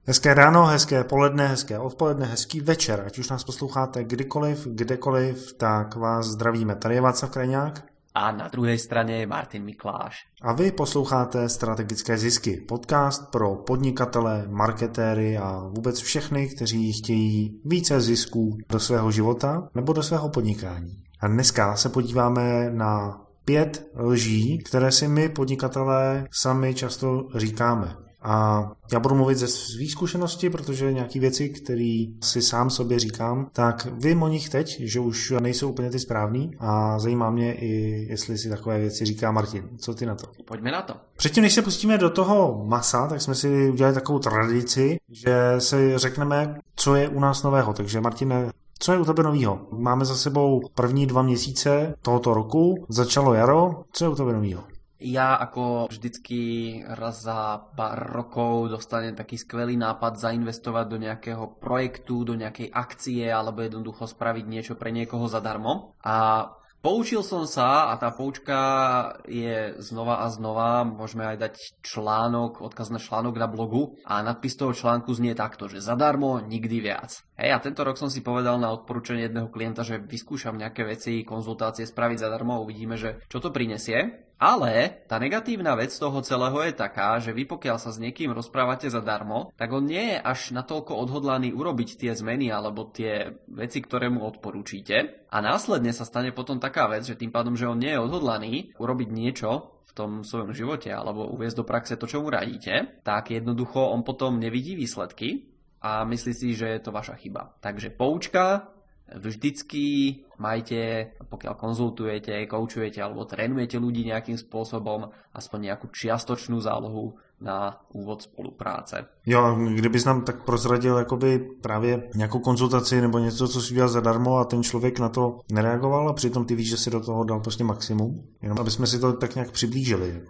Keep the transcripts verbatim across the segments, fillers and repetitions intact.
Hezké ráno, hezké poledne, hezké odpoledne, hezký večer. Ať už nás posloucháte kdykoliv, kdekoliv, tak vás zdravíme. Tady je Václav Krajňák. A na druhé straně je Martin Mikláš. A vy posloucháte Strategické zisky, podcast pro podnikatele, marketéry a vůbec všechny, kteří chtějí více zisků do svého života nebo do svého podnikání. A dneska se podíváme na pět lží, které si my podnikatelé sami často říkáme. A já budu mluvit ze své zkušenosti, protože nějaké věci, které si sám sobě říkám, tak vím o nich teď, že už nejsou úplně ty správný a zajímá mě i, jestli si takové věci říká Martin. Co ty na to? Pojďme na to. Předtím, než se pustíme do toho masa, tak jsme si udělali takovou tradici, že si řekneme, co je u nás nového. Takže Martine, co je u tebe novýho? Máme za sebou první dva měsíce tohoto roku, začalo jaro, co je u tebe novýho? Ja ako vždycky raz za pár rokov dostanem taký skvelý nápad zainvestovať do nejakého projektu, do nejakej akcie alebo jednoducho spraviť niečo pre niekoho zadarmo. A poučil som sa, a tá poučka je znova a znova, môžeme aj dať článok, odkaz na článok na blogu a nadpis toho článku znie takto, že zadarmo nikdy viac. Hej, a tento rok som si povedal na odporúčanie jedného klienta, že vyskúšam nejaké veci, konzultácie spraviť zadarmo a uvidíme, že čo to prinesie. Ale tá negatívna vec toho celého je taká, že vy pokiaľ sa s niekým rozprávate zadarmo, tak on nie je až natoľko odhodlaný urobiť tie zmeny alebo tie veci, ktoré mu odporúčite. A následne sa stane potom taká vec, že tým pádom, že on nie je odhodlaný urobiť niečo v tom svojom živote alebo uviesť do praxe to, čo mu radíte, tak jednoducho on potom nevidí výsledky a myslí si, že je to vaša chyba. Takže poučka: vždycky majte, pokiaľ konzultujete, koučujete alebo trénujete ľudí nejakým spôsobom, aspoň nejakú čiastočnú zálohu na úvod spolupráce. Jo, kdybys nám tak prozradil jakoby právě nějakou konzultaci nebo něco, co si udělal zadarmo a ten člověk na to nereagoval a přitom ty víš, že si do toho dal prostě maximum, jenom aby jsme si to tak nějak přiblížili.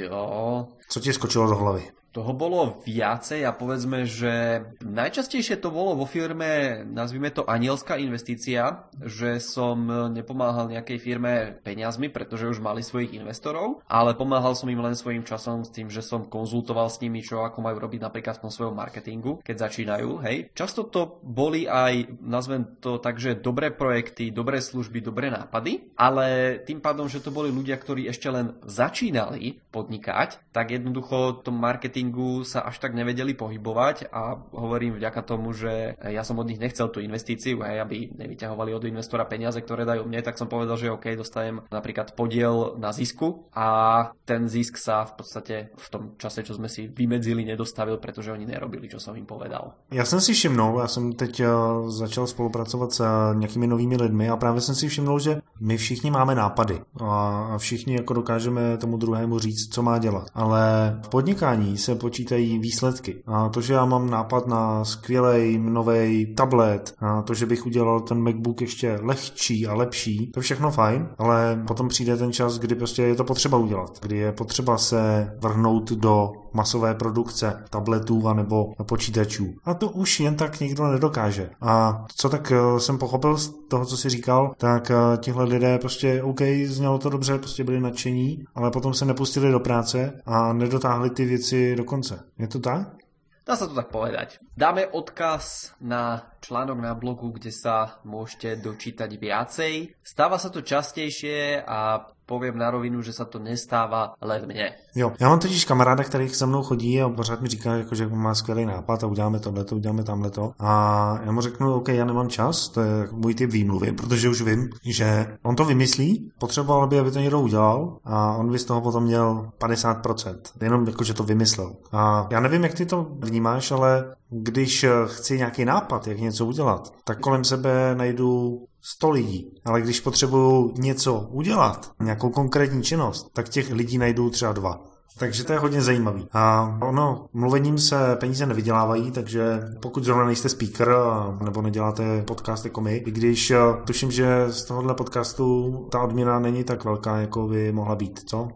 Jo. Co ti skočilo do hlavy? Toho bolo viacej a povedzme, že najčastejšie to bolo vo firme, nazvime to anielská investícia, že som nepomáhal nejakej firme peniazmi, pretože už mali svojich investorov, ale pomáhal som im len svojím časom s tým, že som konzultoval s nimi, čo ako majú robiť napríklad v tom svojom marketingu, keď začínajú, hej. Často to boli aj, nazvem to tak, že dobré projekty, dobré služby, dobré nápady, ale tým pádom, že to boli ľudia, ktorí ešte len začínali podnikať, tak jednoducho to marketing sa až tak nevedeli pohybovať a hovorím vďaka tomu, že ja som od nich nechcel tú investíciu, hej, aby nevyťahovali od investora peniaze, ktoré dajú mne, tak som povedal, že OK, dostanem napríklad podiel na zisku a ten zisk sa v podstate v tom čase, čo sme si vymedzili, nedostavil, pretože oni nerobili, čo som im povedal. Já jsem si všimnul, já jsem teď začal spolupracovat s nějakými novými lidmi a právě jsem si všimnul, že my všichni máme nápady a všichni jako dokážeme tomu druhému říct, co má dělat, ale v podnikání se počítají výsledky. A to, že já mám nápad na skvělej novej tablet, a to, že bych udělal ten MacBook ještě lehčí a lepší, to je všechno fajn, ale potom přijde ten čas, kdy prostě je to potřeba udělat, kdy je potřeba se vrhnout do masové produkce tabletů a nebo počítačů. A to už jen tak nikdo nedokáže. A co tak jsem pochopil z toho, co jsi říkal, tak tihle lidé prostě OK, znělo to dobře, prostě byli nadšení, ale potom se nepustili do práce a nedotáhli ty věci do konce. Je to tak? Dá sa to tak povedať. Dáme odkaz na článok na blogu, kde sa môžete dočítať viacej. Stáva sa to častejšie a poviem na rovinu, že sa to nestáva len mne. Jo, já mám totiž kamaráda, který se mnou chodí a pořád mi říká, jako, že má skvělý nápad a uděláme tohleto, uděláme tamhleto. A já mu řeknu, OK, já nemám čas, to je můj typ výmluvy, protože už vím, že on to vymyslí, potřeboval by, aby to někdo udělal a on by z toho potom měl padesát procent. Jenom jako, že to vymyslel. A já nevím, jak ty to vnímáš, ale když chci nějaký nápad, jak něco udělat, tak kolem sebe najdu sto lidí, ale když potřebuju něco udělat, nějakou konkrétní činnost, tak těch lidí najdu třeba dva. Takže to je hodně zajímavý. A ono, mluvením se peníze nevydělávají, takže pokud zrovna nejste speaker nebo neděláte podcast jako my, i když tuším, že z tohohle podcastu ta odměna není tak velká, jako by mohla být, co?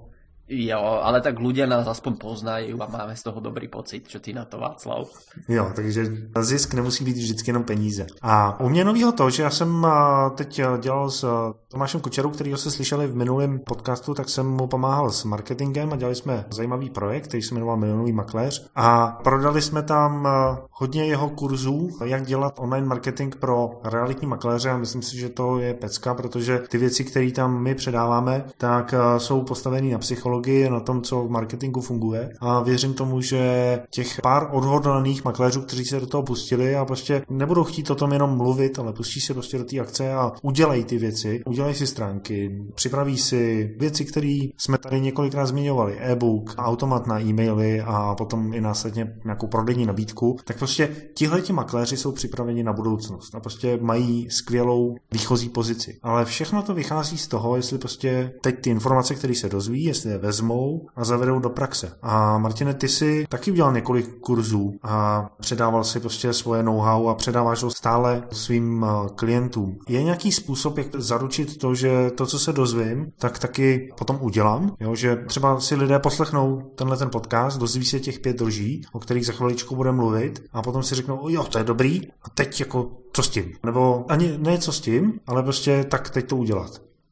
Jo, ale tak ľudia nás aspoň poznajú a máme z toho dobrý pocit, čo ty na to, Václav. Jo, takže zisk nemusí být vždycky jenom peníze. A u mě novýho to, že já jsem teď dělal s Tomášem Kučerou, kterýho se slyšeli v minulém podcastu, tak jsem mu pomáhal s marketingem a dělali jsme zajímavý projekt, který se jmenoval Milionový makléř a prodali jsme tam hodně jeho kurzů, jak dělat online marketing pro realitní makléře a myslím si, že to je pecka, protože ty věci, které tam my předáváme, tak jsou postavený na psychologii, na tom, co v marketingu funguje a věřím tomu, že těch pár odhodlaných makléřů, kteří se do toho pustili a prostě nebudou chtít o tom jenom mluvit, ale pustí se prostě do té akce a udělají ty věci, udělají si stránky, připraví si věci, které jsme tady několikrát zmiňovali, e-book, automat na e-maily a potom i následně nějakou prodejní nabídku, tak prostě tihleti makléři jsou připraveni na budoucnost a prostě mají skvělou výchozí pozici. Ale všechno to vychází z toho, jestli prostě teď ty informace, které se dozví, jestli je vezmou a zavedou do praxe. A Martine, ty si taky udělal několik kurzů a předával si prostě svoje know-how a předáváš ho stále svým klientům. Je nějaký způsob, jak zaručit to, že to, co se dozvím, tak taky potom udělám? Jo? Že třeba si lidé poslechnou tenhle ten podcast, dozví se těch pět lží, o kterých za chviličku budeme mluvit a potom si řeknou, jo, to je dobrý a teď jako co s tím? Nebo ani ne co s tím, ale prostě tak teď to udělat.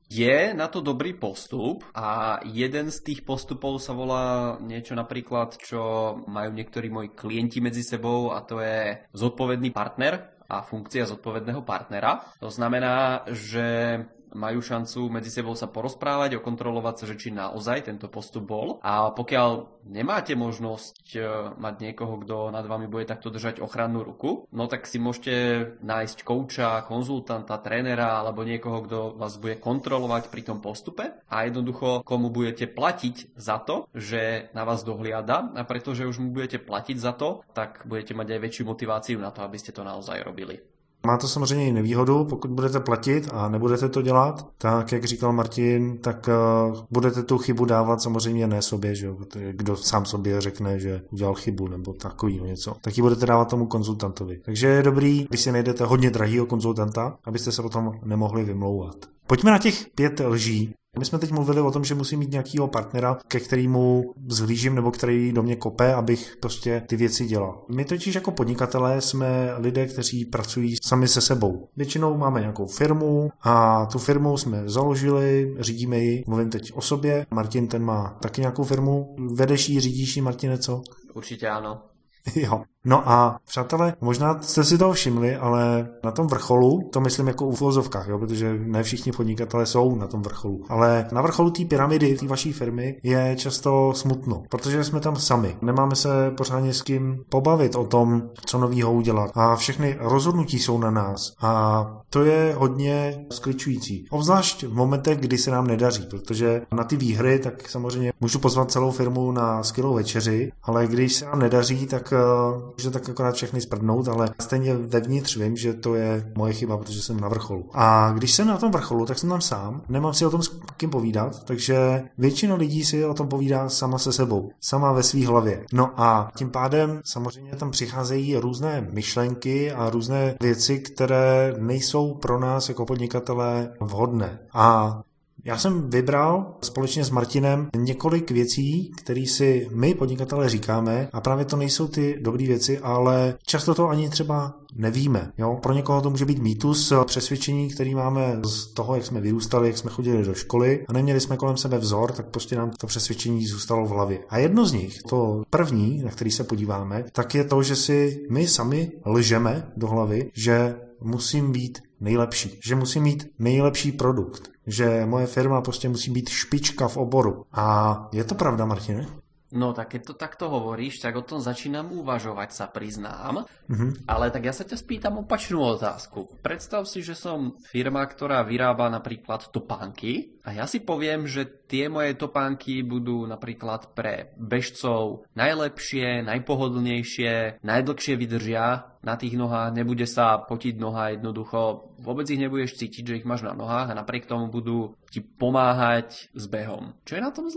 Je na to dobrý postup a jeden z tých postupov sa volá niečo napríklad, čo majú niektorí moji klienti medzi sebou a to je zodpovedný partner a funkcia zodpovedného partnera. To znamená, že majú šancu medzi sebou sa porozprávať, okontrolovať sa, že či naozaj tento postup bol. A pokiaľ nemáte možnosť mať niekoho, kto nad vami bude takto držať ochrannú ruku, no tak si môžete nájsť kouča, konzultanta, trénera alebo niekoho, kto vás bude kontrolovať pri tom postupe a jednoducho komu budete platiť za to, že na vás dohliada a pretože už mu budete platiť za to, tak budete mať aj väčšiu motiváciu na to, aby ste to naozaj robili. Má to samozřejmě i nevýhodu, pokud budete platit a nebudete to dělat, tak jak říkal Martin, tak uh, budete tu chybu dávat samozřejmě ne sobě, že jo? Kdo sám sobě řekne, že udělal chybu nebo takovýho něco, tak ji budete dávat tomu konzultantovi. Takže je dobrý, když si najdete hodně drahýho konzultanta, abyste se potom nemohli vymlouvat. Pojďme na těch pět lží. My jsme teď mluvili o tom, že musím mít nějakého partnera, ke kterému vzhlížím nebo který do mě kope, abych prostě ty věci dělal. My totiž jako podnikatelé jsme lidé, kteří pracují sami se sebou. Většinou máme nějakou firmu a tu firmu jsme založili, řídíme ji, mluvím teď o sobě. Martin, ten má taky nějakou firmu. Vedeš ji, řídíš ji, Martine, co? Určitě ano. Jo. No a přátelé, možná jste si toho všimli, ale na tom vrcholu, to myslím jako u filozofkách, jo, protože ne všichni podnikatelé jsou na tom vrcholu, ale na vrcholu té pyramidy, té vaší firmy je často smutno, protože jsme tam sami. Nemáme se pořádně s kým pobavit o tom, co novýho udělat a všechny rozhodnutí jsou na nás a to je hodně skličující. Obzvlášť v momentech, kdy se nám nedaří, protože na ty výhry tak samozřejmě můžu pozvat celou firmu na skvělou večeři, ale když se nám nedaří, tak může tak akorát všechny sprdnout, ale stejně vevnitř vím, že to je moje chyba, protože jsem na vrcholu. A když jsem na tom vrcholu, tak jsem tam sám, nemám si o tom s kým povídat, takže většina lidí si o tom povídá sama se sebou, sama ve své hlavě. No a tím pádem samozřejmě tam přicházejí různé myšlenky a různé věci, které nejsou pro nás jako podnikatelé vhodné. A já jsem vybral společně s Martinem několik věcí, které si my podnikatelé říkáme a právě to nejsou ty dobré věci, ale často to ani třeba nevíme. Jo? Pro někoho to může být mýtus, přesvědčení, který máme z toho, jak jsme vyrůstali, jak jsme chodili do školy a neměli jsme kolem sebe vzor, tak prostě nám to přesvědčení zůstalo v hlavě. A jedno z nich, to první, na který se podíváme, tak je to, že si my sami lžeme do hlavy, že musím být nejlepší, že musím mít nejlepší produkt, že moje firma prostě musí být špička v oboru. A je to pravda, Martine? No tak keď to takto hovoríš, tak o tom začínam uvažovať, sa priznám. Mm-hmm. Ale tak ja sa ťa spýtam opačnú otázku. Predstav si, že som firma, ktorá vyrába napríklad topánky a ja si poviem, že tie moje topánky budú napríklad pre bežcov najlepšie, najpohodlnejšie, najdlhšie vydržia na tých nohách, nebude sa potiť noha jednoducho, vôbec ich nebudeš cítiť, že ich máš na nohách a napriek tomu budú ti pomáhať s behom. Čo je na tom zlé?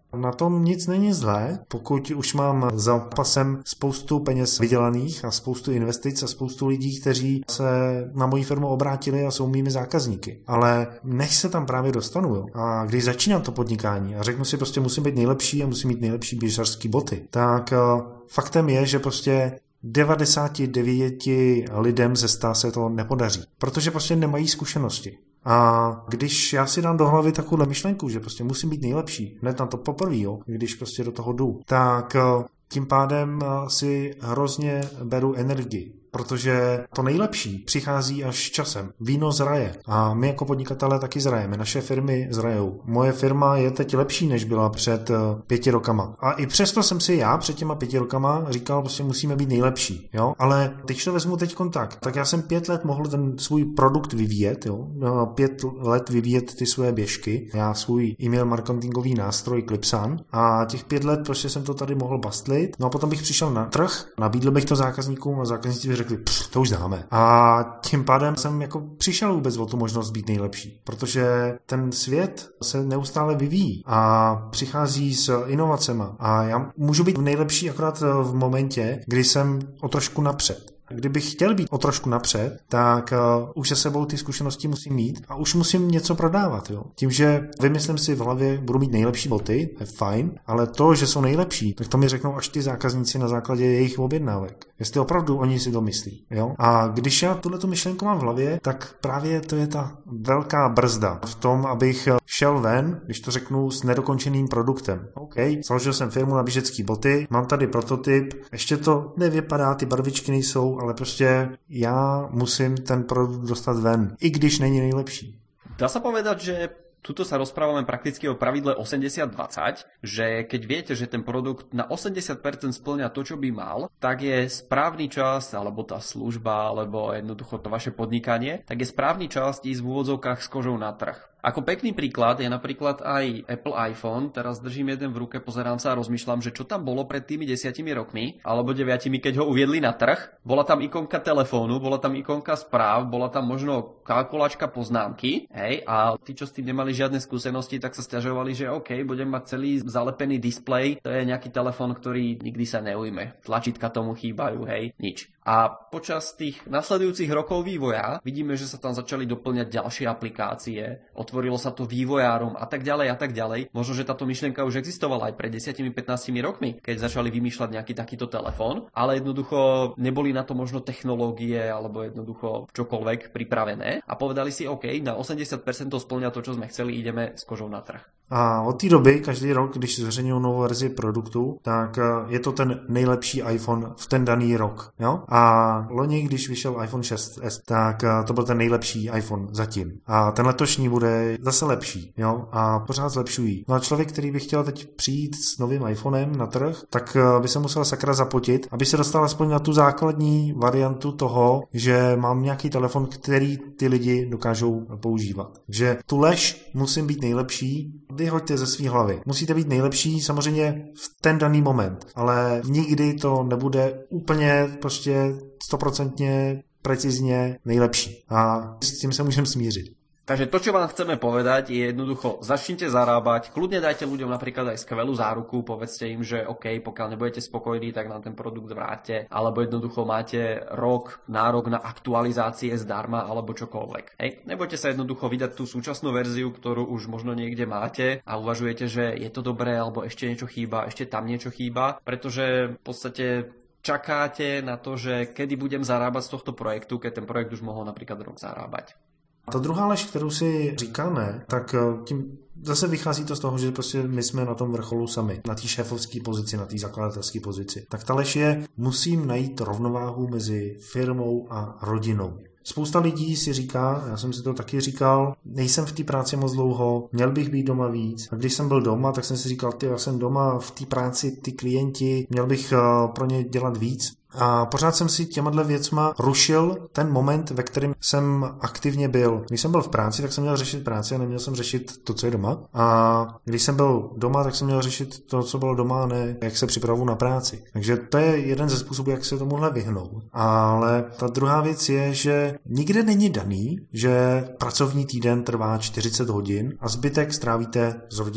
Na tom nic není zlé, pokud už mám za pasem spoustu peněz vydělaných a spoustu investic a spoustu lidí, kteří se na moji firmu obrátili a jsou mými zákazníky. Ale než se tam právě dostanu, jo, a když začínám to podnikání a řeknu si prostě musím být nejlepší a musím mít nejlepší běžařský boty, tak uh, faktem je, že prostě devadesát devět lidem ze sta se to nepodaří, protože prostě nemají zkušenosti. A když já si dám do hlavy takovou myšlenku, že prostě musím být nejlepší, hned na to poprvé, jo, když prostě do toho jdu, tak tím pádem si hrozně beru energii, protože to nejlepší přichází až časem. Víno zraje a my jako podnikatelé taky zrajeme. Naše firmy zrajou. Moje firma je teď lepší, než byla před pěti rokama. A i přesto jsem si já před těma pěti rokama říkal, prostě musíme být nejlepší. Jo? Ale když to vezmu teď kontakt, tak já jsem pět let mohl ten svůj produkt vyvíjet, jo? pět let vyvíjet ty své běžky, já svůj e-mail marketingový nástroj Clipsan a těch pět let prostě jsem to tady mohl bastlit. No a potom bych přišel na trh, nabídl bych to zákazníkům a zákazníci by řekli, to už známe. A tím pádem jsem jako přišel vůbec o tu možnost být nejlepší, protože ten svět se neustále vyvíjí a přichází s inovacema a já můžu být nejlepší akorát v momentě, kdy jsem o trošku napřed. Kdybych chtěl být o trošku napřed, tak uh, už se sebou ty zkušenosti musím mít a už musím něco prodávat. Jo. Tím, že vymyslím si v hlavě, budu mít nejlepší boty, je fajn, ale to, že jsou nejlepší, tak to mi řeknou až ty zákazníci na základě jejich objednávek. Jestli opravdu oni si to myslí. Jo. A když já tuhletu myšlenku mám v hlavě, tak právě to je ta velká brzda v tom, abych šel ven, když to řeknu, s nedokončeným produktem. OK, založil jsem firmu na běžecký boty, mám tady prototyp, ještě to nevypadá, ty barvičky nejsou, ale prostě já musím ten produkt dostat ven, i když není nejlepší. Dá sa povedať, že tuto sa rozprávame prakticky o pravidle osemdesiat dvadsať, že keď viete, že ten produkt na osemdesiat percent spĺňa to, čo by mal, tak je správny čas, alebo tá služba, alebo jednoducho to vaše podnikanie, tak je správny čas ísť v úvodzovkách s kožou na trh. Ako pekný príklad je napríklad aj Apple iPhone. Teraz držím jeden v ruke, pozerám sa a rozmýšľam, že čo tam bolo pred tými desiatimi rokmi, alebo deviatimi, keď ho uviedli na trh. Bola tam ikonka telefónu, bola tam ikonka správ, bola tam možno kalkulačka poznámky, hej, a tí, čo s tým nemali žiadne skúsenosti, tak sa sťažovali, že OK, budem mať celý zalepený displej, to je nejaký telefón, ktorý nikdy sa neujme. Tlačítka tomu chýbajú, hej, nič. A počas tých nasledujúcich rokov vývoja vidíme, že sa tam začali doplňať ďalšie aplikácie, otvorilo sa to vývojárom a tak ďalej a tak ďalej. Možno, že táto myšlienka už existovala aj pred desať až pätnásť rokmi, keď začali vymýšľať nejaký takýto telefón, ale jednoducho neboli na to možno technológie alebo jednoducho čokoľvek pripravené a povedali si OK, na osemdesiat percent to spĺňa to, čo sme chceli, ideme s kožou na trh. A od té doby, každý rok, když zveřejňují novou verzi produktu, tak je to ten nejlepší iPhone v ten daný rok. Jo? A loni, když vyšel iPhone šest es, tak to byl ten nejlepší iPhone zatím. A ten letošní bude zase lepší. Jo? A pořád zlepšují. No a člověk, který by chtěl teď přijít s novým iPhonem na trh, tak by se musel sakra zapotit, aby se dostal aspoň na tu základní variantu toho, že mám nějaký telefon, který ty lidi dokážou používat. Že tu lež musím být nejlepší, vyhoďte ze svý hlavy. Musíte být nejlepší samozřejmě v ten daný moment, ale nikdy to nebude úplně prostě stoprocentně precizně nejlepší. A s tím se můžeme smířit. Takže to, čo vám chceme povedať, je jednoducho začnite zarábať, kľudne dajte ľuďom napríklad aj skvelú záruku, povedzte im, že OK, pokiaľ nebudete spokojní, tak nám ten produkt vráťte, alebo jednoducho máte rok, nárok na aktualizácie zdarma, alebo čokoľvek. Hej, nebojte sa jednoducho vydať tú súčasnú verziu, ktorú už možno niekde máte a uvažujete, že je to dobré, alebo ešte niečo chýba, ešte tam niečo chýba, pretože v podstate čakáte na to, že kedy budem zarábať z tohto projektu, keď ten projekt už mohol napríklad rok zarábať. Ta druhá lež, kterou si říkáme, tak tím zase vychází to z toho, že prostě my jsme na tom vrcholu sami, na té šéfovské pozici, na té zakladatelské pozici. Tak ta lež je, musím najít rovnováhu mezi firmou a rodinou. Spousta lidí si říká, já jsem si to taky říkal, nejsem v té práci moc dlouho, měl bych být doma víc. A když jsem byl doma, tak jsem si říkal, ty, já jsem doma v té práci, ty klienti, měl bych pro ně dělat víc. A pořád jsem si těma věcma rušil ten moment, ve kterém jsem aktivně byl. Když jsem byl v práci, tak jsem měl řešit práci a neměl jsem řešit to, co je doma. A když jsem byl doma, tak jsem měl řešit to, co bylo doma, a ne jak se připravu na práci. Takže to je jeden ze způsobů, jak se tomuhle vyhnout. Ale ta druhá věc je, že nikde není daný, že pracovní týden trvá čtyřicet hodin a zbytek strávíte s rodinou.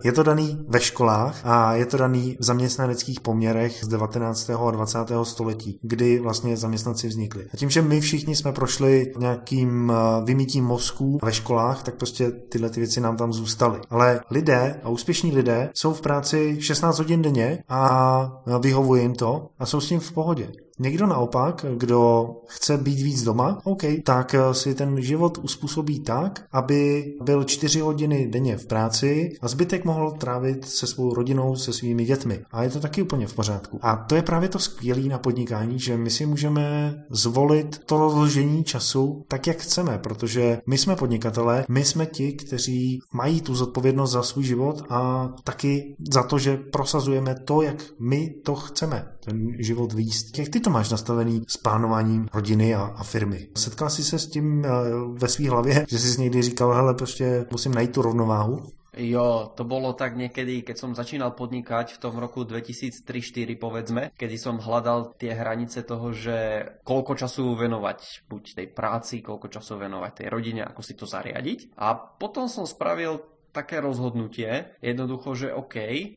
Je to daný ve školách a je to daný v zaměstnaneckých poměrech z devatenáctého a dvacátého století, kdy vlastně zaměstnanci vznikli. A tím, že my všichni jsme prošli nějakým vymýtím mozků ve školách, tak prostě tyhle ty věci nám tam zůstaly. Ale lidé a úspěšní lidé jsou v práci šestnáct hodin denně a vyhovuje jim to a jsou s tím v pohodě. Někdo naopak, kdo chce být víc doma, OK, tak si ten život uspůsobí tak, aby byl čtyři hodiny denně v práci a zbytek mohl trávit se svou rodinou, se svými dětmi. A je to taky úplně v pořádku. A to je právě to skvělé na podnikání, že my si můžeme zvolit to rozložení času tak, jak chceme, protože my jsme podnikatelé, my jsme ti, kteří mají tu zodpovědnost za svůj život a taky za to, že prosazujeme to, jak my to chceme, ten život vést. Jak ty to máš nastavený s plánováním rodiny a, a firmy? Setkal jsi se s tím ve své hlavě, že jsi někdy říkal, hele, prostě musím najít tu rovnováhu? Jo, to bolo tak niekedy, keď som začínal podnikať v tom roku dvetisíctri štyri povedzme, kedy som hľadal tie hranice toho, že koľko času venovať buď tej práci, koľko času venovať tej rodine, ako si to zariadiť. A potom som spravil také rozhodnutie, jednoducho, že OK,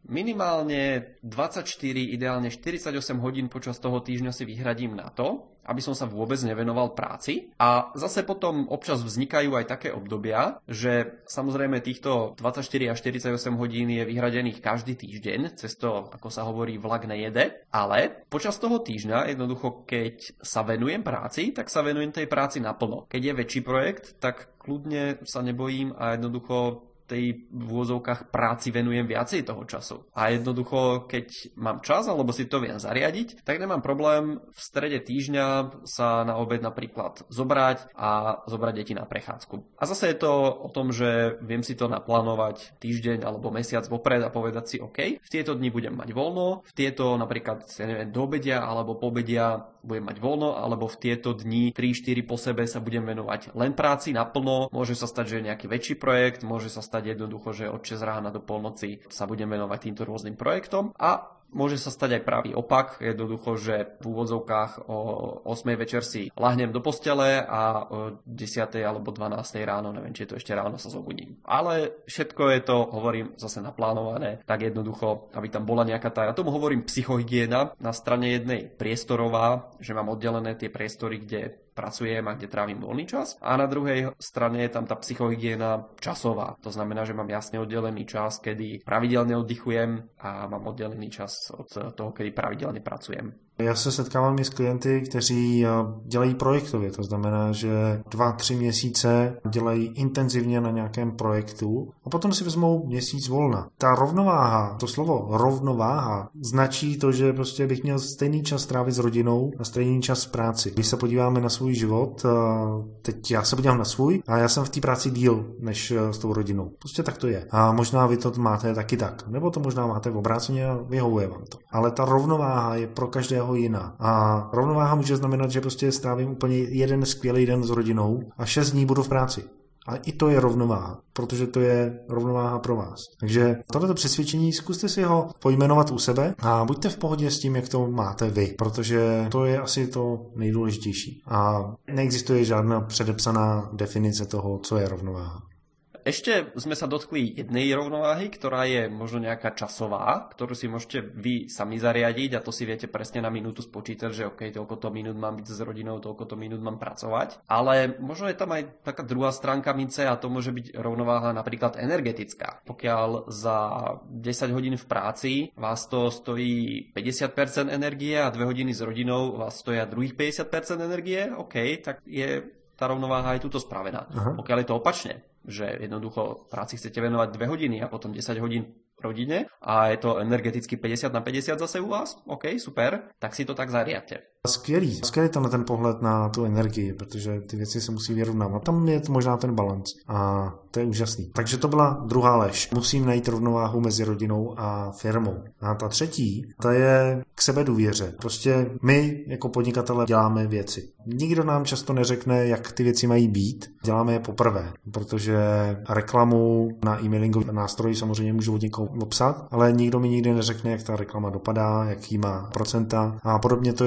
minimálne dvadsaťštyri, ideálne štyridsaťosem hodín počas toho týždňa si vyhradím na to, aby som sa vôbec nevenoval práci. A zase potom občas vznikajú aj také obdobia, že samozrejme týchto dvadsaťštyri až štyridsaťosem hodín je vyhradených každý týždeň, cez to, ako sa hovorí, vlak nejede, ale počas toho týždňa jednoducho, keď sa venujem práci, tak sa venujem tej práci naplno. Keď je väčší projekt, tak kľudne sa nebojím a jednoducho tej v úvodzovkách práci venujem viacej toho času. A jednoducho, keď mám čas, alebo si to viem zariadiť, tak nemám problém v strede týždňa sa na obed napríklad zobrať a zobrať deti na prechádzku. A zase je to o tom, že viem si to naplánovať týždeň alebo mesiac vopred a povedať si, OK, v tieto dni budem mať voľno, v tieto napríklad, ja neviem, do obedia alebo po obedia budem mať voľno, alebo v tieto dni tri štyri po sebe sa budem venovať len práci naplno. Môže sa stať, že je nejaký väčší projekt, môže sa stať jednoducho, že od šesť rána do polnoci sa budem venovať týmto rôznym projektom a môže sa stať aj pravý opak, jednoducho, že v úvodzovkách o ôsmej večer si lahnem do postele a o desiatej alebo dvanástej ráno, neviem, či je to ešte ráno, sa zobudím. Ale všetko je to, hovorím, zase naplánované, tak jednoducho, aby tam bola nejaká tá, ja tomu hovorím psychohygiena, na strane jednej priestorová, že mám oddelené tie priestory, kde pracujem a kde trávim voľný čas. A na druhej strane je tam tá psychohygiena časová. To znamená, že mám jasne oddelený čas, kedy pravidelne oddychujem a mám oddelený čas od toho, kedy pravidelne pracujem. Já se setkávám i s klienty, kteří dělají projektově, to znamená, že dva, tři měsíce dělají intenzivně na nějakém projektu a potom si vezmou měsíc volna. Ta rovnováha, to slovo rovnováha, značí to, že prostě bych měl stejný čas trávit s rodinou a stejný čas v práci. Když se podíváme na svůj život, teď já se podívám na svůj a já jsem v té práci díl než s tou rodinou. Prostě tak to je. A možná vy to máte taky tak, nebo to možná máte v obráceně a vyhovuje vám to. Ale ta rovnováha je pro každého jiná. A rovnováha může znamenat, že prostě strávím úplně jeden skvělý den s rodinou a šest dní budu v práci. A i to je rovnováha, protože to je rovnováha pro vás. Takže tohleto přesvědčení zkuste si ho pojmenovat u sebe a buďte v pohodě s tím, jak to máte vy, protože to je asi to nejdůležitější. A neexistuje žádná předepsaná definice toho, co je rovnováha. Ešte sme sa dotkli jednej rovnováhy, ktorá je možno nejaká časová, ktorú si môžete vy sami zariadiť a to si viete presne na minútu spočítať, že OK, toľko to minút mám byť s rodinou, toľko to minút mám pracovať. Ale možno je tam aj taká druhá stránka mince a to môže byť rovnováha napríklad energetická. Pokiaľ za desať hodín v práci vás to stojí päťdesiat percent energie a dve hodiny s rodinou vás stoja druhých päťdesiat percent energie, OK, tak je tá rovnováha aj túto spravená. Aha. Pokiaľ je to opačne, že jednoducho práci chcete venovať dve hodiny a potom desať hodín rodine a je to energeticky päťdesiat na päťdesiat zase u vás, OK, super, tak si to tak zariadte. Skvělý, skvělý to na ten pohled na tu energii, protože ty věci se musí vyrovnávat. Tam je možná ten balans a to je úžasný. Takže to byla druhá lež. Musím najít rovnováhu mezi rodinou a firmou. A ta třetí, ta je k sebedůvěře. Prostě my jako podnikatelé děláme věci. Nikdo nám často neřekne, jak ty věci mají být. Děláme je poprvé, protože reklamu na e-mailingový nástroj samozřejmě můžu od někoho obsat, ale nikdo mi nikdy neřekne, jak ta reklama dopadá, jaký má procenta a podobně to je i ve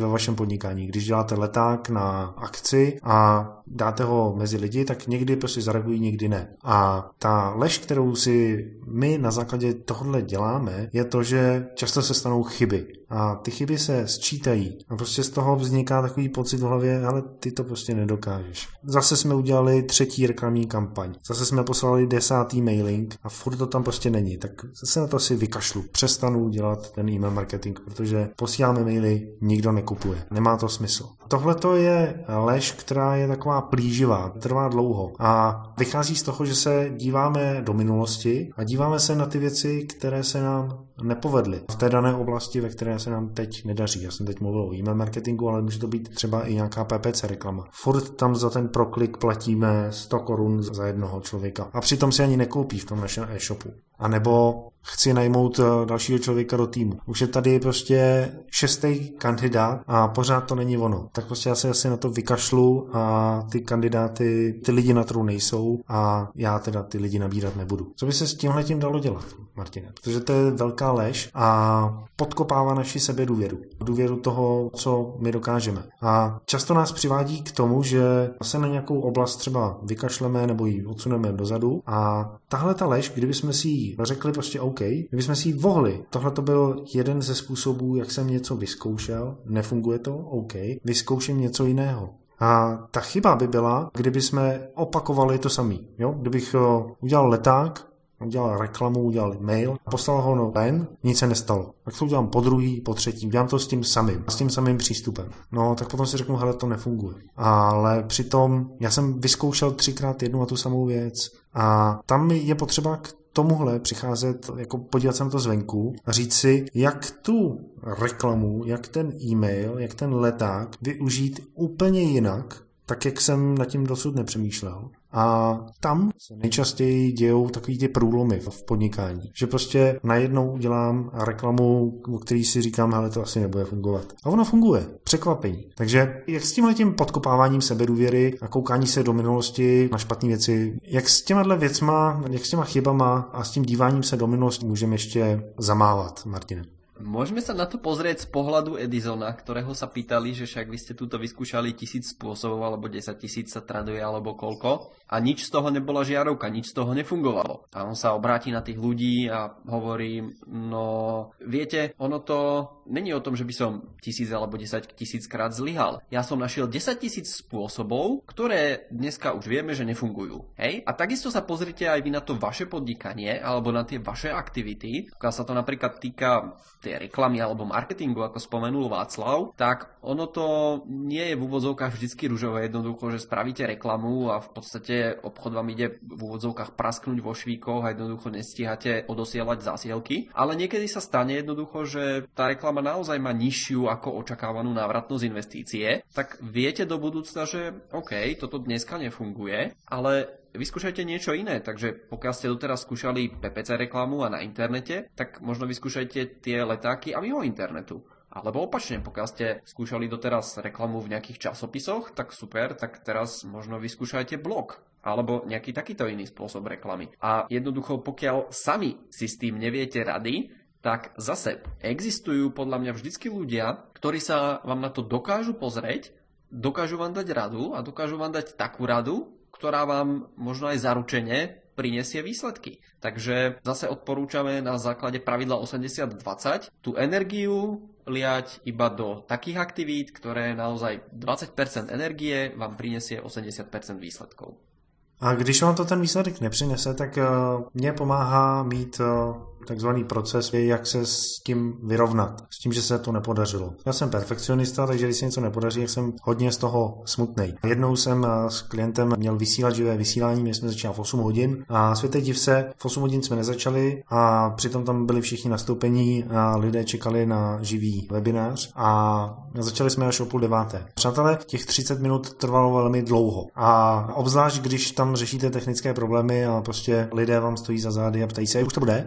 ve vašem podnikání. Když děláte leták na akci a dáte ho mezi lidi, tak někdy prostě zareagují, někdy ne. A ta lež, kterou si my na základě tohohle děláme, je to, že často se stanou chyby. A ty chyby se sčítají. A prostě z toho vzniká takový pocit v hlavě, ale ty to prostě nedokážeš. Zase jsme udělali třetí reklamní kampaň. Zase jsme poslali desátý mailing a furt to tam prostě není. Tak zase na to si vykašlu. Přestanu dělat ten e-mail marketing, protože posíláme maily, nikdo nekupuje. Nemá to smysl. Tohle to je lež, která je taková plíživá, trvá dlouho a vychází z toho, že se díváme do minulosti a díváme se na ty věci, které se nám nepovedly v té dané oblasti, ve které se nám teď nedaří. Já jsem teď mluvil o e-mail marketingu, ale může to být třeba i nějaká P P C reklama. Furt tam za ten proklik platíme sto korun za jednoho člověka a přitom si ani nekoupí v tom našem e-shopu. A nebo chci najmout dalšího člověka do týmu. Už je tady prostě šestý kandidát a pořád to není ono. Tak prostě já se asi na to vykašlu a ty kandidáty, ty lidi na trhu nejsou a já teda ty lidi nabírat nebudu. Co by se s tímhletím dalo dělat, Martine? Protože to je velká lež a podkopává naši sebedůvěru. Důvěru toho, co my dokážeme. A často nás přivádí k tomu, že se na nějakou oblast třeba vykašleme nebo ji odsuneme dozadu a tahle ta lež, kdybychom si ji řekli prostě OK, kdybychom si ji vohli, tohle to byl jeden ze způsobů, jak jsem něco vyzkoušel, nefunguje to, OK, vyzkouším něco jiného. A ta chyba by byla, kdyby jsme opakovali to samý. Jo? Kdybych udělal leták, udělal reklamu, udělal mail, poslal ho no ven, nic se nestalo. Tak to udělám po druhý, po třetí, udělám to s tím samým, s tím samým přístupem. No, tak potom si řeknu, hele, to nefunguje. Ale přitom já jsem vyzkoušel třikrát jednu a tu samou věc a tam je potřeba k tomuhle přicházet, jako podívat se na to zvenku a říct si, jak tu reklamu, jak ten e-mail, jak ten leták využít úplně jinak, tak jak jsem nad tím dosud nepřemýšlel. A tam se nejčastěji dějou takový ty průlomy v podnikání. Že prostě najednou udělám reklamu, o který si říkám, hele, to asi nebude fungovat. A ona funguje. Překvapení. Takže jak s tímhletím podkopáváním sebedůvěry a koukání se do minulosti na špatné věci, jak s těma věcma, jak s těma chybama a s tím díváním se do minulosti můžeme ještě zamávat, Martine? Môžeme sa na to pozrieť z pohľadu Edisona, ktorého sa pýtali, že však vy ste túto vyskúšali tisíc spôsobov, alebo desať tisíc sa traduje, alebo koľko. A nič z toho nebola žiarovka, nič z toho nefungovalo. A on sa obráti na tých ľudí a hovorí, no viete, ono to není o tom, že by som tisíc alebo desať tisíckrát zlyhal. Ja som našiel desať tisíc spôsobov, ktoré dneska už vieme, že nefungujú. Hej? A takisto sa pozrite aj vy na to vaše podnikanie, alebo na tie vaše aktivity. Keď sa to napríklad týka tej reklamy alebo marketingu, ako spomenul Václav, tak ono to nie je v úvodzovkách vždycky ružové, jednoducho, že spravíte reklamu a v podstate obchod vám ide v úvodzovkách prasknúť vo švíkoch a jednoducho nestíhate odosielať zásielky, ale niekedy sa stane jednoducho, že tá reklama naozaj má nižšiu ako očakávanú návratnosť investície, tak viete do budúcna, že OK, toto dneska nefunguje, ale vyskúšajte niečo iné, takže pokiaľ ste doteraz skúšali P P C reklamu a na internete, tak možno vyskúšajte tie letáky a mimo internetu. Alebo opačne, pokiaľ ste skúšali doteraz reklamu v nejakých časopisoch, tak super, tak teraz možno vyskúšajte blog alebo nejaký takýto iný spôsob reklamy. A jednoducho, pokiaľ sami si s tým neviete rady, tak zase existujú podľa mňa vždycky ľudia, ktorí sa vám na to dokážu pozrieť, dokážu vám dať radu a dokážu vám dať takú radu, ktorá vám možno aj zaručene prinesie výsledky. Takže zase odporúčame na základe pravidla osemdesiat dvadsať tú energiu liať iba do takých aktivít, ktoré naozaj dvadsať percent energie vám prinesie osemdesiat percent výsledkov. A když vám to ten výsledek nepřinese, tak mě pomáhá mít takzvaný proces, jak se s tím vyrovnat, s tím, že se to nepodařilo. Já jsem perfekcionista, takže když se něco nepodaří, tak jsem hodně z toho smutnej. Jednou jsem s klientem měl vysílat živé vysílání, my jsme začali v osm hodin a světe div se, v osm hodin jsme nezačali a přitom tam byli všichni nastoupení a lidé čekali na živý webinář a začali jsme až o půl deváté. Přátelé, těch třicet minut trvalo velmi dlouho a obzvlášť, když tam řešíte technické problémy a prostě lidé vám stojí za zády a ptají se, už to bude, už to bude.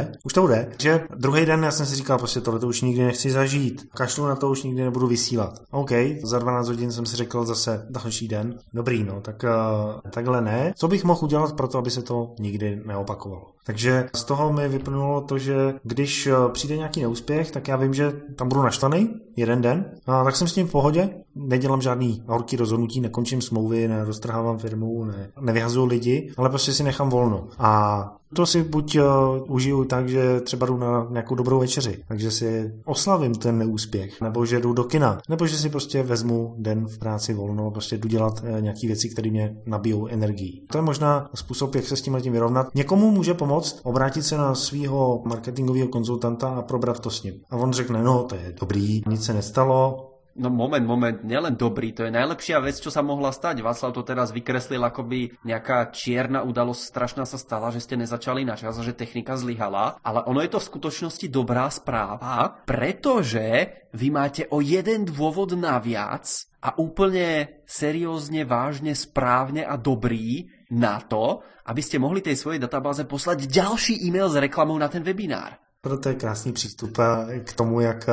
jde, už to jde, že druhý den já jsem si říkal, prostě tohle to už nikdy nechci zažít, kašlu na to, už nikdy nebudu vysílat. OK, za dvanáct hodin jsem si řekl zase další den, dobrý, no, tak uh, takhle ne. Co bych mohl udělat pro to, aby se to nikdy neopakovalo? Takže z toho mi vyplynulo to, že když přijde nějaký neúspěch, tak já vím, že tam budu naštvaný jeden den, a tak jsem s tím v pohodě, nedělám žádný horký rozhodnutí, nekončím smlouvy, neroztrhávám firmu, ne, nevyhazuju lidi, ale prostě si nechám volno. A to si buď uh, užiju tak, že třeba jdu na nějakou dobrou večeři, takže si oslavím ten neúspěch, nebo že jdu do kina, nebo že si prostě vezmu den v práci volno, prostě jdu dělat uh, nějaké věci, které mě nabijou energii. To je možná způsob, jak se s tím tím vyrovnat. Někomu může pomoct obrátit se na svého marketingového konzultanta a probrat to s ním. A on řekne, no to je dobrý, nic se nestalo. No moment, moment, nielen dobrý, to je najlepšia vec, čo sa mohla stať. Václav to teraz vykreslil, akoby nejaká čierna udalosť strašná sa stala, že ste nezačali na čas a že technika zlyhala, ale ono je to v skutočnosti dobrá správa, pretože vy máte o jeden dôvod naviac a úplne seriózne, vážne, správne a dobrý na to, aby ste mohli tej svojej databáze poslať ďalší e-mail s reklamou na ten webinár. To je krásný přístup k tomu, jak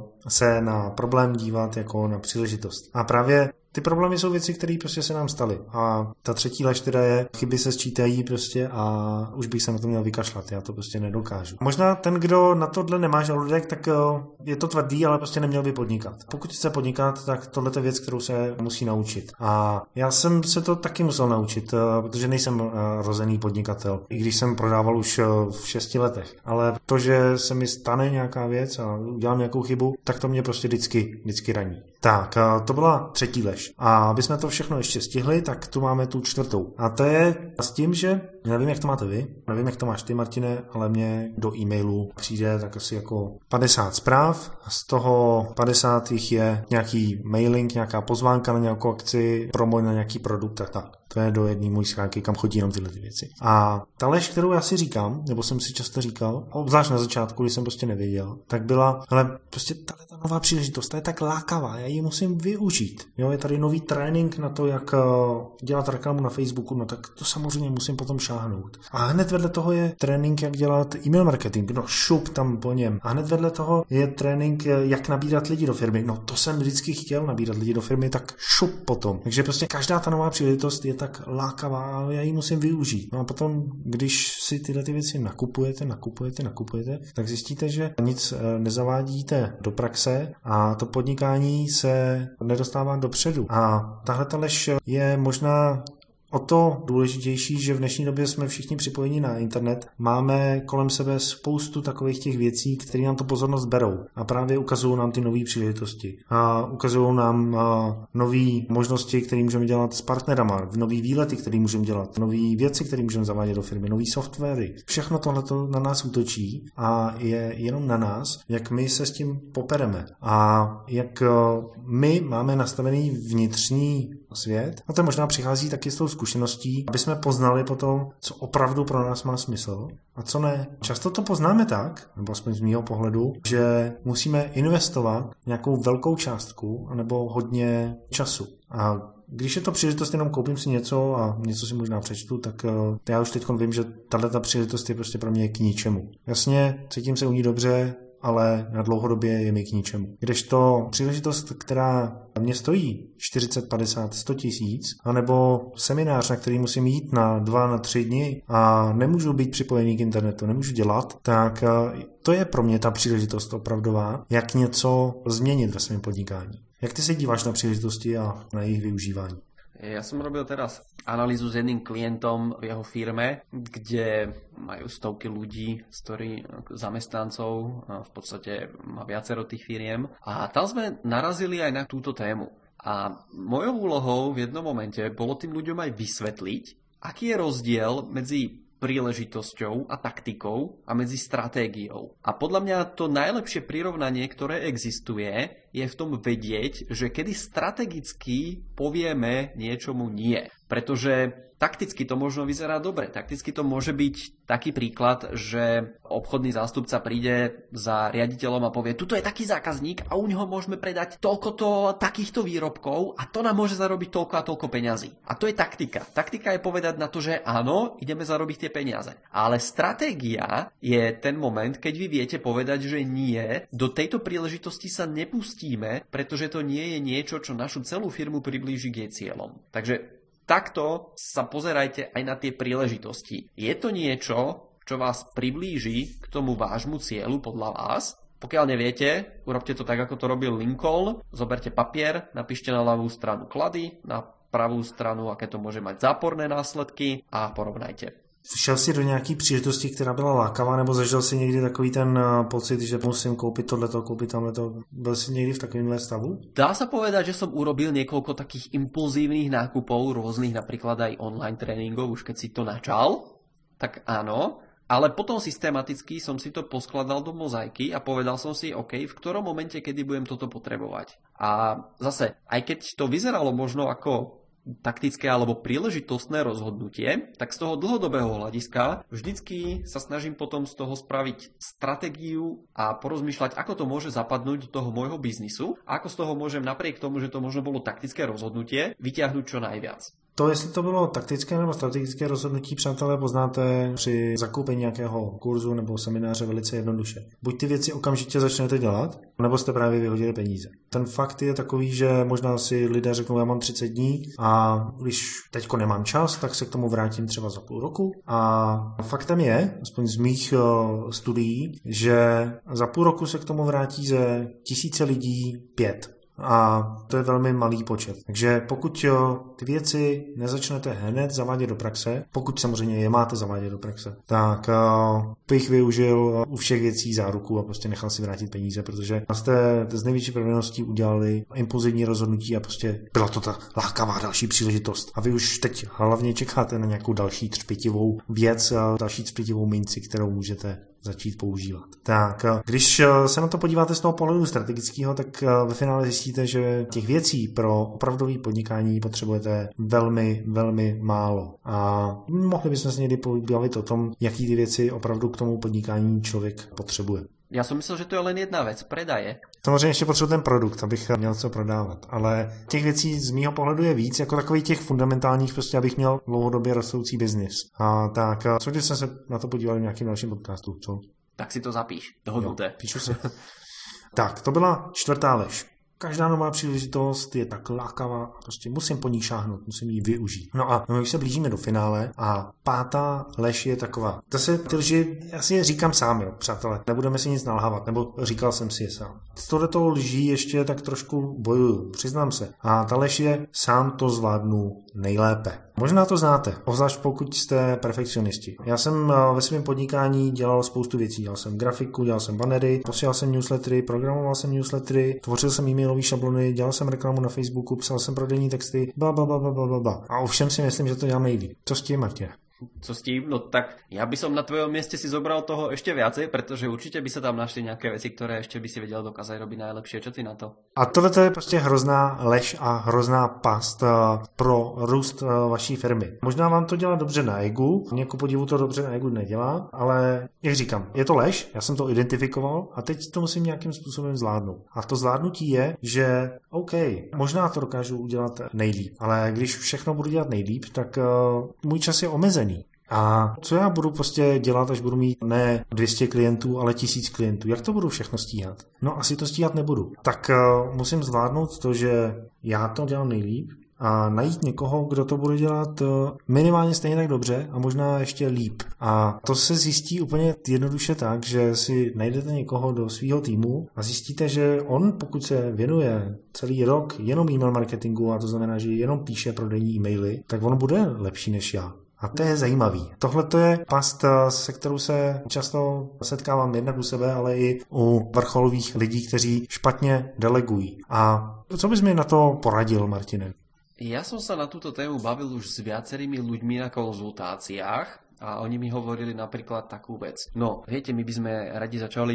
se na problém dívat jako na příležitost. A právě ty problémy jsou věci, které prostě se nám staly. A ta třetí lež teda je, chyby se sčítají prostě a už bych se na to měl vykašlat. Já to prostě nedokážu. Možná ten, kdo na tohle nemá žaludek, tak je to tvrdý, ale prostě neměl by podnikat. Pokud chce podnikat, tak tohle je věc, kterou se musí naučit. A já jsem se to taky musel naučit, protože nejsem rozený podnikatel, i když jsem prodával už v šesti letech. Ale to, že se mi stane nějaká věc a udělám nějakou chybu, tak to mě prostě vždycky, vždycky raní. Tak, to byla třetí lež. A aby jsme to všechno ještě stihli, tak tu máme tu čtvrtou. A to je s tím, že nevím, jak to máte vy, nevím, jak to máš ty, Martine, ale mně do e-mailu přijde tak asi jako padesát zpráv, z toho padesát jich je nějaký mailing, nějaká pozvánka na nějakou akci, promo na nějaký produkt a tak. To je do jedné mojí schránky, kam chodí jenom tyhle ty věci. A ta lež, kterou já si říkám, nebo jsem si často říkal, obzvlášť na začátku, když jsem prostě nevěděl, tak byla, ale prostě tahle ta nová příležitost, ta je tak lákavá, já ji musím využít. Jo, je tady nový trénink na to, jak dělat reklamu na Facebooku, no tak to samozřejmě musím potom šáhnout. A hned vedle toho je trénink, jak dělat e-mail marketing, no šup tam po něm. A hned vedle toho je trénink, jak nabírat lidi do firmy, no to jsem vždycky chtěl, nabírat lidi do firmy, tak šup potom. Takže prostě každá ta nová příležitost je tak lákavá a já ji musím využít. No a potom, když si tyhle ty věci nakupujete, nakupujete, nakupujete, tak zjistíte, že nic nezavádíte do praxe a to podnikání se nedostává dopředu. A tahle ta lež je možná o to důležitější, že v dnešní době jsme všichni připojeni na internet, máme kolem sebe spoustu takových těch věcí, které nám to pozornost berou a právě ukazují nám ty nové příležitosti a ukazují nám nové možnosti, které můžeme dělat s partnerama, nové výlety, které můžeme dělat, nové věci, které můžeme zavádět do firmy, nové softwary. Všechno tohle na nás útočí a je jenom na nás, jak my se s tím popereme a jak my máme nastavený vnitřní svět. A to možná přichází taky s tou zkušeností, aby jsme poznali potom, co opravdu pro nás má smysl a co ne. Často to poznáme tak, nebo aspoň z mýho pohledu, že musíme investovat nějakou velkou částku anebo hodně času. A když je to příležitost, jenom koupím si něco a něco si možná přečtu, tak já už teď vím, že tato příležitost je prostě pro mě k ničemu. Jasně, cítím se u ní dobře, ale na dlouhodobě je mi k ničemu. Kdežto příležitost, která mě stojí čtyřicet, padesát, sto tisíc, anebo seminář, na který musím jít na dva, na tři dny a nemůžu být připojený k internetu, nemůžu dělat, tak to je pro mě ta příležitost opravdová, jak něco změnit ve svém podnikání. Jak ty se díváš na příležitosti a na jejich využívání? Ja som robil teraz analýzu s jedným klientom v jeho firme, kde majú stovky ľudí, storí zamestnancov, v podstate má viacero tých firiem. A tam sme narazili aj na túto tému. A mojou úlohou v jednom momente bolo tým ľuďom aj vysvetliť, aký je rozdiel medzi príležitosťou a taktikou a medzi stratégiou. A podľa mňa to najlepšie prirovnanie, ktoré existuje, je v tom vedieť, že kedy strategicky povieme niečomu nie. Pretože takticky to možno vyzerá dobre. Takticky to môže byť taký príklad, že obchodný zástupca príde za riaditeľom a povie, tuto je taký zákazník a u neho môžeme predať toľkoto takýchto výrobkov a to nám môže zarobiť toľko a toľko peňazí. A to je taktika. Taktika je povedať na to, že áno, ideme zarobiť tie peniaze. Ale stratégia je ten moment, keď vy viete povedať, že nie, do tejto príležitosti sa nepustíme, pretože to nie je niečo, čo našu celú firmu priblíži k jej cieľom. Takže takto sa pozerajte aj na tie príležitosti. Je to niečo, čo vás priblíži k tomu vášmu cieľu podľa vás? Pokiaľ neviete, urobte to tak, ako to robil Lincoln. Zoberte papier, napíšte na ľavú stranu klady, na pravú stranu, aké to môže mať záporné následky a porovnajte. Šel jsi do nějaký příležitosti, která byla lákavá, nebo zažil jsi někdy takový ten pocit, že musím koupit tohleto, koupit tamhleto? Byl jsi někdy v takovémhle stavu? Dá sa povedať, že som urobil niekoľko takých impulzívnych nákupov, rôznych napríklad aj online tréningov, už keď si to načal, tak áno. Ale potom systematicky som si to poskladal do mozaiky a povedal som si, OK, v ktorom momente, kedy budem toto potrebovať. A zase, aj keď to vyzeralo možno ako taktické alebo príležitostné rozhodnutie, tak z toho dlhodobého hľadiska vždycky sa snažím potom z toho spraviť stratégiu a porozmýšľať, ako to môže zapadnúť do toho môjho biznisu a ako z toho môžem napriek tomu, že to možno bolo taktické rozhodnutie, vyťahnuť čo najviac. To, jestli to bylo taktické nebo strategické rozhodnutí, přátelé, poznáte při zakoupení nějakého kurzu nebo semináře velice jednoduše. Buď ty věci okamžitě začnete dělat, nebo jste právě vyhodili peníze. Ten fakt je takový, že možná si lidé řeknou, já mám třicet dní a když teďko nemám čas, tak se k tomu vrátím třeba za půl roku. A faktem je, aspoň z mých studií, že za půl roku se k tomu vrátí ze tisíce lidí pět. A to je velmi malý počet. Takže pokud ty věci nezačnete hned zavádět do praxe, pokud samozřejmě je máte zavádět do praxe, tak bych využil u všech věcí záruku a prostě nechal si vrátit peníze, protože jste z největší pravděpodobností udělali impulzivní rozhodnutí a prostě byla to ta lákavá další příležitost. A vy už teď hlavně čekáte na nějakou další třpitivou věc, další třpitivou minci, kterou můžete začít používat. Tak, když se na to podíváte z toho pohledu strategického, tak ve finále zjistíte, že těch věcí pro opravdové podnikání potřebujete velmi, velmi málo. A mohli bychom se někdy pobavit o tom, jaký ty věci opravdu k tomu podnikání člověk potřebuje. Ja som myslel, že to je len jedna vec, predaje. Samozřejmě ještě potřebuji ten produkt, abych měl co prodávat, ale těch věcí z mýho pohledu je víc, jako takových těch fundamentálních, prostě abych měl dlouhodobě rostoucí biznis. A tak, co když jsem se na to podíval v nějakým dalším podcastu, co? Tak si to zapíš, dohodnuté. Jo, píšu si. Tak, to byla čtvrtá lež. Každá nová příležitost je tak lákavá, prostě musím po ní šáhnout, musím ji využít. No a my už se blížíme do finále a pátá lež je taková. Zase ty lži, já si je říkám sám, jo, přátelé, nebudeme si nic nalhávat, nebo říkal jsem si je sám. S tohletou lží ještě tak trošku bojuju, přiznám se. A ta lež je, sám to zvládnu nejlépe. Možná to znáte, obzvlášť pokud jste perfekcionisti. Já jsem ve svém podnikání dělal spoustu věcí. Dělal jsem grafiku, dělal jsem bannery, posílal jsem newslettery, programoval jsem newslettery, tvořil jsem e-mailové šablony, dělal jsem reklamu na Facebooku, psal jsem prodejní texty, bla, bla, bla, bla, bla, bla. A ovšem si myslím, že to dělám nejlíp. Co s tím, Martine? Co s tím? No tak ja by som na tvojom mieste si zobral toho ešte viacej, pretože určite by sa tam našli nejaké veci, ktoré ešte by si vedel dokázať robiť najlepšie. Čo ty na to? A tohle je prostě hrozná lež a hrozná past pro růst vaší firmy. Možná vám to dělá dobře na egu, mě ku podivu to dobře na egu nedělá, ale jak říkám, je to lež, já jsem to identifikoval a teď to musím nějakým způsobem zvládnout. A to zvládnutí je, že OK, možná to dokážu udělat nejlíp, ale když všechno budu dělat nejlíp, tak uh, můj čas je omezený. A co já budu prostě dělat, až budu mít ne dvě stě klientů, ale tisíc klientů? Jak to budu všechno stíhat? No asi to stíhat nebudu. Tak uh, musím zvládnout to, že já to dělám nejlíp a najít někoho, kdo to bude dělat uh, minimálně stejně tak dobře a možná ještě líp. A to se zjistí úplně jednoduše tak, že si najdete někoho do svého týmu a zjistíte, že on, pokud se věnuje celý rok jenom e-mail marketingu, a to znamená, že jenom píše prodejní e-maily, tak on bude lepší než já. A to je zajímavý. Tohle to je past, se kterou se často setkávám jednak u sebe, ale i u vrcholových lidí, kteří špatně delegují. A co bys mi na to poradil, Martine? Ja som sa na túto tému bavil už s viacerými ľuďmi na konzultáciách a oni mi hovorili napríklad takú vec. No, viete, my by sme radi začali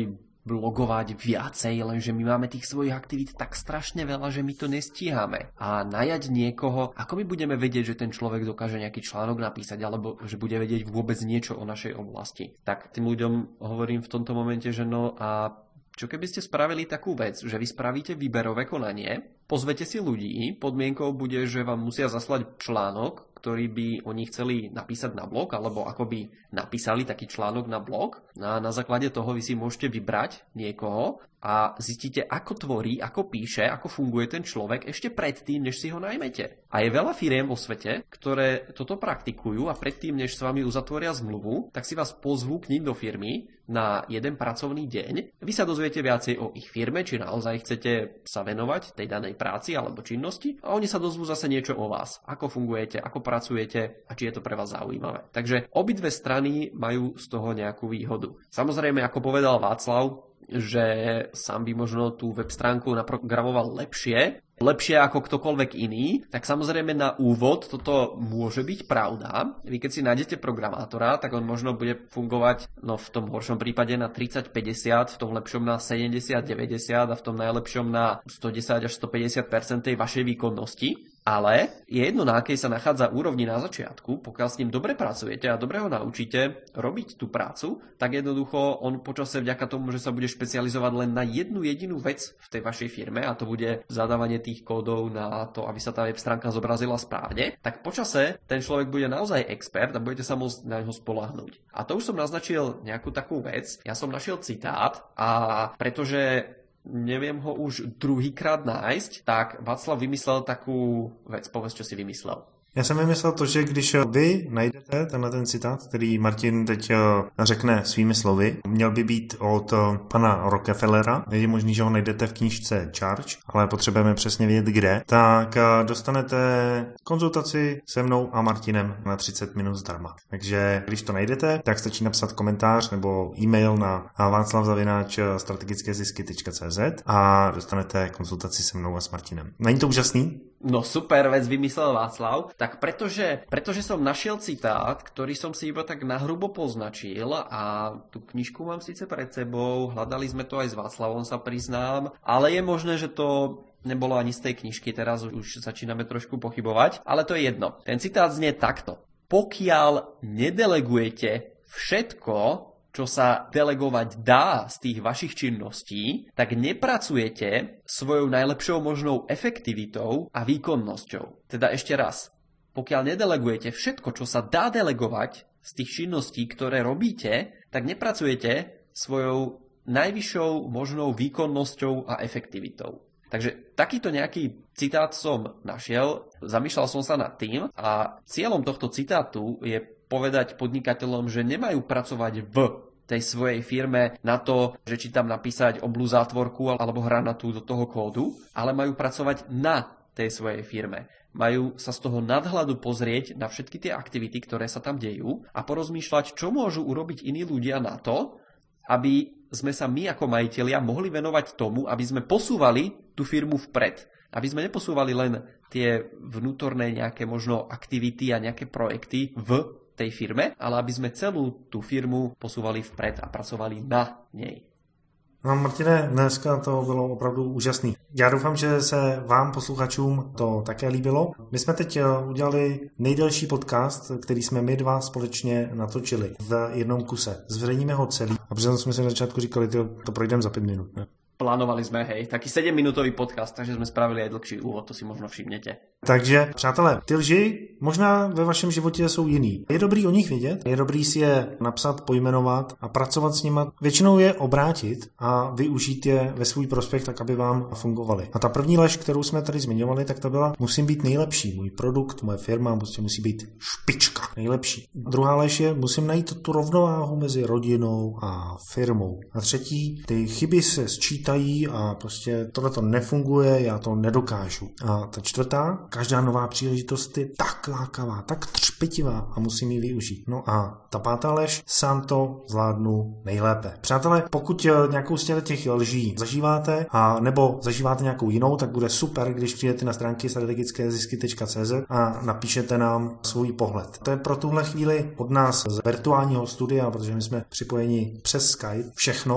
blogovať viacej, lenže my máme tých svojich aktivít tak strašne veľa, že my to nestíhame. A najať niekoho, ako my budeme vedieť, že ten človek dokáže nejaký článok napísať, alebo že bude vedieť vôbec niečo o našej oblasti. Tak tým ľuďom hovorím v tomto momente, že no a čo keby ste spravili takú vec, že vy spravíte výberové konanie, pozvete si ľudí, podmienkou bude, že vám musia zaslať článok, ktorý by oni chceli napísať na blog, alebo ako by napísali taký článok na blog. A na základe toho vy si môžete vybrať niekoho a zistíte, ako tvorí, ako píše, ako funguje ten človek ešte predtým, než si ho najmete. A je veľa firiem vo svete, ktoré toto praktikujú a predtým, než s vami uzatvoria zmluvu, tak si vás pozvú k ním do firmy na jeden pracovný deň. Vy sa dozviete viacej o ich firme, či naozaj chcete sa venovať tej danej práci alebo činnosti a oni sa dozvú zase niečo o vás. Ako fungujete, ako pracujete a či je to pre vás zaujímavé. Takže obidve strany majú z toho nejakú výhodu. Samozrejme, ako povedal Václav, že sám by možno tú web stránku naprogramoval lepšie, lepšie ako ktokoľvek iný, tak samozrejme na úvod toto môže byť pravda. Vy keď si nájdete programátora, tak on možno bude fungovať no v tom horšom prípade na tridsať päťdesiat, v tom lepšom na sedemdesiat deväťdesiat a v tom najlepšom na sto desať až sto päťdesiat percent tej vašej výkonnosti. Ale je jedno, na akej sa nachádza úrovni na začiatku, pokiaľ s ním dobre pracujete a dobre ho naučíte robiť tú prácu, tak jednoducho on počase vďaka tomu, že sa bude špecializovať len na jednu jedinú vec v tej vašej firme a to bude zadávanie tých kódov na to, aby sa tá web stránka zobrazila správne, tak počase ten človek bude naozaj expert a budete sa môcť na neho spoľahnúť. A to už som naznačil nejakú takú vec. Ja som našiel citát a pretože neviem ho už druhýkrát nájsť, tak Václav vymyslel takú vec. Povedz, čo si vymyslel. Já jsem vymyslel to, že když vy najdete tenhle ten citát, který Martin teď řekne svými slovy, měl by být od pana Rockefellera, je možný, že ho najdete v knížce Charge, ale potřebujeme přesně vědět kde, tak dostanete konzultaci se mnou a Martinem na třicet minut zdarma. Takže když to najdete, tak stačí napsat komentář nebo e-mail na václav zavináč strategické zisky tečka cé zet a dostanete konzultaci se mnou a s Martinem. Není to úžasný? No super vec vymyslel Václav, tak pretože, pretože som našiel citát, ktorý som si iba tak nahrubo poznačil a tú knižku mám síce pred sebou, hľadali sme to aj s Václavom, sa priznám, ale je možné, že to nebolo ani z tej knižky, teraz už začíname trošku pochybovať, ale to je jedno. Ten citát znie takto. Pokiaľ nedelegujete všetko, čo sa delegovať dá z tých vašich činností, tak nepracujete svojou najlepšou možnou efektivitou a výkonnosťou. Teda ešte raz, pokiaľ nedelegujete všetko, čo sa dá delegovať z tých činností, ktoré robíte, tak nepracujete svojou najvyššou možnou výkonnosťou a efektivitou. Takže takýto nejaký citát som našiel, zamýšľal som sa nad tým a cieľom tohto citátu je povedať podnikateľom, že nemajú pracovať v tej svojej firme na to, že či tam napísať oblú zátvorku alebo hranatú do toho kódu, ale majú pracovať na tej svojej firme. Majú sa z toho nadhľadu pozrieť na všetky tie aktivity, ktoré sa tam dejú a porozmýšľať, čo môžu urobiť iní ľudia na to, aby sme sa my ako majitelia mohli venovať tomu, aby sme posúvali tú firmu vpred. Aby sme neposúvali len tie vnútorné nejaké možno aktivity a nejaké projekty v tej firme, ale aby sme celú tú firmu posúvali vpred a pracovali na nej. No Martine, dneska to bylo opravdu úžasný. Já doufám, že se vám posluchačům to také líbilo. My jsme teď udělali nejdelší podcast, který jsme my dva společně natočili v jednom kuse. Zveřejníme ho celý. A protože jsme si na začátku říkali, to, to projdeme za pět minut. Ne? Plánovali sme, hej, taký sedemminútový podcast, takže sme spravili aj dlhší úvod, to si možno všimnete. Takže, přátelé, ty lži možná ve vašem životě jsou jiný. Je dobrý o nich vědět, je dobrý si je napsat, pojmenovat a pracovat s nimi. Většinou je obrátit a využít je ve svůj prospěch tak, aby vám fungovaly. A ta první lež, kterou jsme tady zmiňovali, tak to byla, musím být nejlepší. Můj produkt, moje firma prostě musí být špička, nejlepší. Druhá lež je, musím najít tu rovnováhu mezi rodinou a firmou. A třetí, ty chyby se sčítají a prostě tohle to nefunguje, já to nedokážu. A ta čtvrtá, každá nová příležitost je tak lákavá, tak třpitivá a musím ji využít. No a ta pátá lež, sám to zvládnu nejlépe. Přátelé, pokud nějakou z těch lží zažíváte a nebo zažíváte nějakou jinou, tak bude super, když přijdete na stránky strategické zisky tečka cé zet a napíšete nám svůj pohled. To je pro tuhle chvíli od nás z virtuálního studia, protože my jsme připojeni přes Skype, všechno.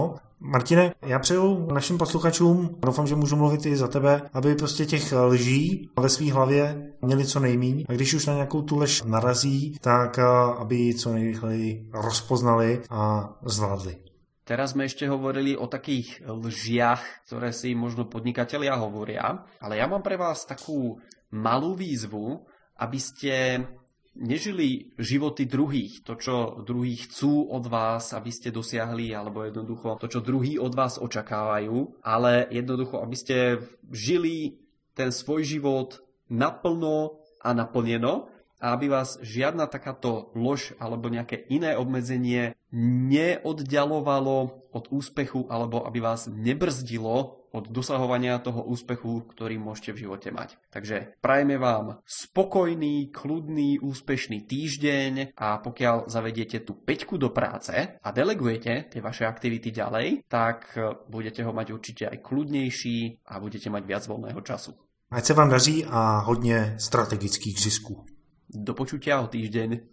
Martine, já přeju našim posluchačům, doufám, že můžu mluvit i za tebe, aby prostě těch lží ve své hlavě měli co nejmíň a když už na nějakou tu lež narazí, tak aby ji co nejrychleji rozpoznali a zvládli. Teraz sme ešte hovorili o takých lžiach, ktoré si možno podnikatelia hovoria, ale ja mám pre vás takú malú výzvu, aby ste nežili životy druhých, to, čo druhí chcú od vás, aby ste dosiahli, alebo jednoducho to, čo druhí od vás očakávajú, ale jednoducho, aby ste žili ten svoj život naplno a naplneno a aby vás žiadna takáto lož alebo nejaké iné obmedzenie neoddialovalo od úspechu alebo aby vás nebrzdilo od dosahovania toho úspechu, ktorý môžete v živote mať. Takže prajeme vám spokojný, kľudný, úspešný týždeň a pokiaľ zavediete tú peťku do práce a delegujete tie vaše aktivity ďalej, tak budete ho mať určite aj kľudnejší a budete mať viac voľného času. Ať se vám daří a hodně strategických zisků. Do počutia o týždeň.